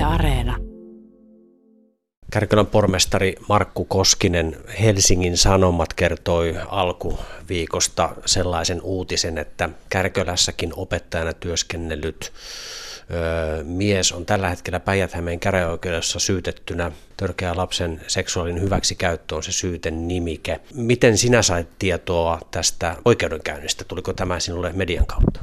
Areena. Kärkölän pormestari Markku Koskinen, Helsingin Sanomat kertoi alkuviikosta sellaisen uutisen, että Kärkölässäkin opettajana työskennellyt mies on tällä hetkellä Päijät-Hämeen käräjäoikeudessa syytettynä. Törkeä lapsen seksuaalinen hyväksikäyttö on se syyten nimike. Miten sinä sait tietoa tästä oikeudenkäynnistä? Tuliko tämä sinulle median kautta?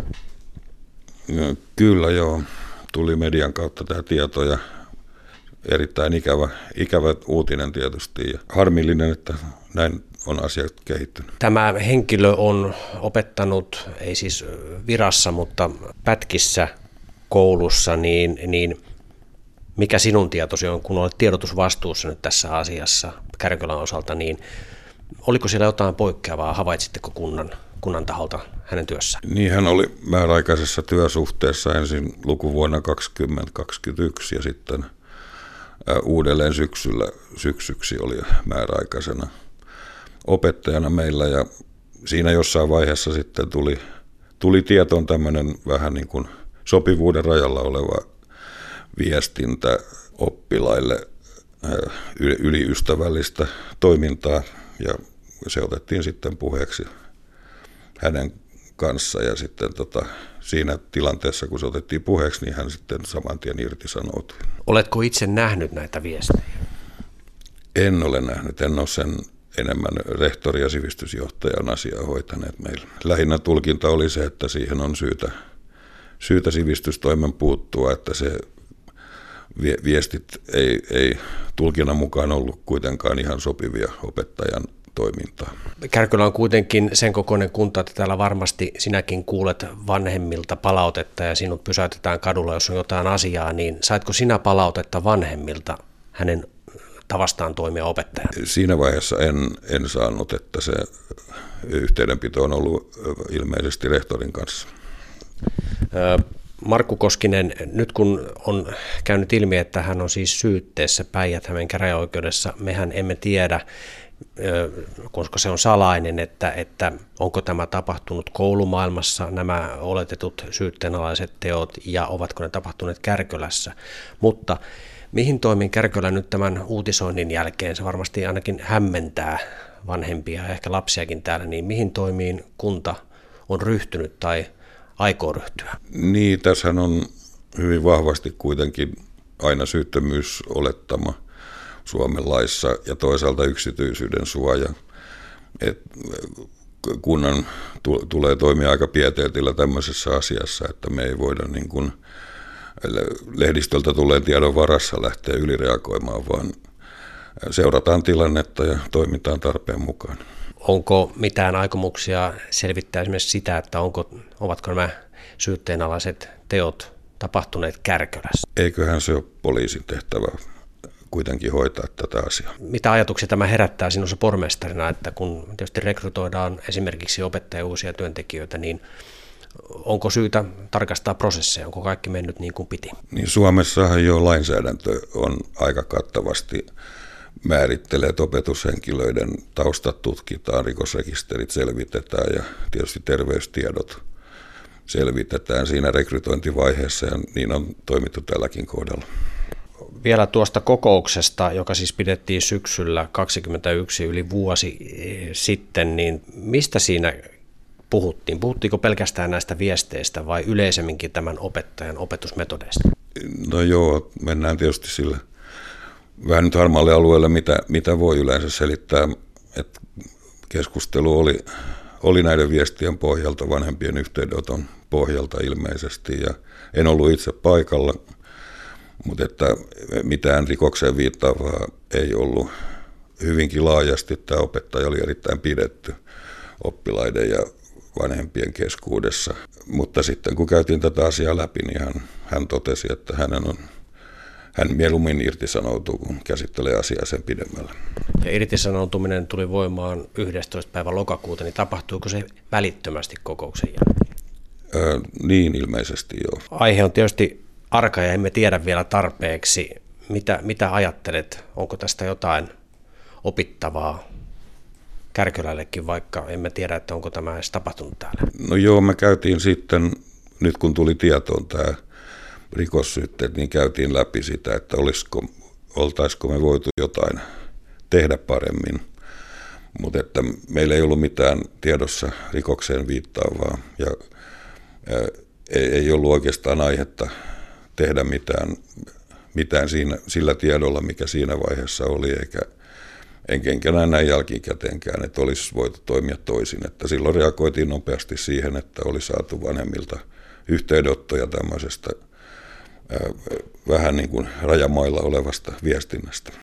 Kyllä joo, tuli median kautta tämä tieto ja erittäin ikävä uutinen tietysti ja harmillinen, että näin on asiat kehittynyt. Tämä henkilö on opettanut, ei siis virassa, mutta pätkissä koulussa, niin mikä sinun tietosi on, kun olet tiedotusvastuussa nyt tässä asiassa Kärkölän osalta, niin oliko siellä jotain poikkeavaa, havaitsitteko kunnan taholta hänen työssään? Niin, hän oli määräaikaisessa työsuhteessa ensin lukuvuonna 2021 ja sitten uudelleen syksyksi oli määräaikaisena opettajana meillä ja siinä jossain vaiheessa sitten tuli tietoon tämmöinen vähän niin kuin sopivuuden rajalla oleva viestintä oppilaille, yliystävällistä toimintaa ja se otettiin sitten puheeksi hänen kanssa ja sitten siinä tilanteessa, kun se otettiin puheeksi, niin hän sitten saman tien irtisanoutui. Oletko itse nähnyt näitä viestejä? En ole nähnyt, en ole sen enemmän rehtori ja sivistysjohtaja on asiaa hoitaneet meillä. Lähinnä tulkinta oli se, että siihen on syytä sivistystoimen puuttua, että se viestit ei tulkinnan mukaan ollut kuitenkaan ihan sopivia opettajan toimintaa. Kärkölä on kuitenkin sen kokoinen kunta, että täällä varmasti sinäkin kuulet vanhemmilta palautetta ja sinut pysäytetään kadulla, jos on jotain asiaa, niin saitko sinä palautetta vanhemmilta hänen tavastaan toimia opettajana? Siinä vaiheessa en saanut, että se yhteydenpito on ollut ilmeisesti rehtorin kanssa. Markku Koskinen, nyt kun on käynyt ilmi, että hän on siis syytteessä Päijät-Hämeen käräjäoikeudessa, mehän emme tiedä, koska se on salainen, että onko tämä tapahtunut koulumaailmassa, nämä oletetut syytteenalaiset teot, ja ovatko ne tapahtuneet Kärkölässä. Mutta mihin toimiin Kärkölä nyt tämän uutisoinnin jälkeen, se varmasti ainakin hämmentää vanhempia ja ehkä lapsiakin täällä, niin mihin toimiin kunta on ryhtynyt tai aikoo ryhtyä? Niin, tässähän on hyvin vahvasti kuitenkin aina syyttömyysolettama Suomen laissa ja toisaalta yksityisyyden suoja. Kunnan tulee toimia aika pieteetillä tämmöisessä asiassa, että me ei voida niin kuin lehdistöltä tulee tiedon varassa lähteä ylireagoimaan, vaan seurataan tilannetta ja toimitaan tarpeen mukaan. Onko mitään aikomuksia selvittää esimerkiksi sitä, että ovatko nämä syytteenalaiset teot tapahtuneet Kärkölässä? Eiköhän se ole poliisin tehtävä kuitenkin hoitaa tätä asiaa. Mitä ajatuksia tämä herättää sinussa pormestarina, että kun tietysti rekrytoidaan esimerkiksi opettajia uusia työntekijöitä, niin onko syytä tarkastaa prosesseja, onko kaikki mennyt niin kuin piti? Niin Suomessahan jo lainsäädäntö on aika kattavasti määrittelee, että opetushenkilöiden taustat tutkitaan, rikosrekisterit selvitetään ja tietysti terveystiedot selvitetään siinä rekrytointivaiheessa ja niin on toimittu tälläkin kohdalla. Vielä tuosta kokouksesta, joka siis pidettiin syksyllä 2021 yli vuosi sitten, niin mistä siinä puhuttiin? Puhuttiinko pelkästään näistä viesteistä vai yleisemminkin tämän opettajan opetusmetodeista? No joo, mennään tietysti sille vähän nyt harmaalle alueelle, mitä voi yleensä selittää, että keskustelu oli näiden viestien pohjalta, vanhempien yhteydenoton pohjalta ilmeisesti ja en ollut itse paikalla, mutta että mitään rikokseen viittaavaa ei ollut. Hyvinkin laajasti tämä opettaja oli erittäin pidetty oppilaiden ja vanhempien keskuudessa, mutta sitten kun käytiin tätä asiaa läpi, niin hän totesi, että hän mieluummin irtisanoutuu, kun käsittelee asiaa sen pidemmällä. Ja irtisanoutuminen tuli voimaan 11. päivä lokakuuta, niin tapahtuiko se välittömästi kokouksen jälkeen? Niin ilmeisesti joo. Aihe on tietysti arka ja emme tiedä vielä tarpeeksi. Mitä ajattelet? Onko tästä jotain opittavaa Kärkölällekin, vaikka emme tiedä, että onko tämä edes tapahtunut täällä? No joo, me käytiin sitten, nyt kun tuli tietoon tämä rikossyytteet, niin käytiin läpi sitä, että oltaisiko me voitu jotain tehdä paremmin. Mutta että meillä ei ollut mitään tiedossa rikokseen viittaavaa ja ei ollut oikeastaan aihetta tehdä mitään sillä tiedolla, mikä siinä vaiheessa oli, enkä näin jälkikäteenkään, että olisi voitu toimia toisin. Että silloin reagoitiin nopeasti siihen, että oli saatu vanhemmilta yhteydenottoja tämmöisestä vähän niin kuin rajamailla olevasta viestinnästä.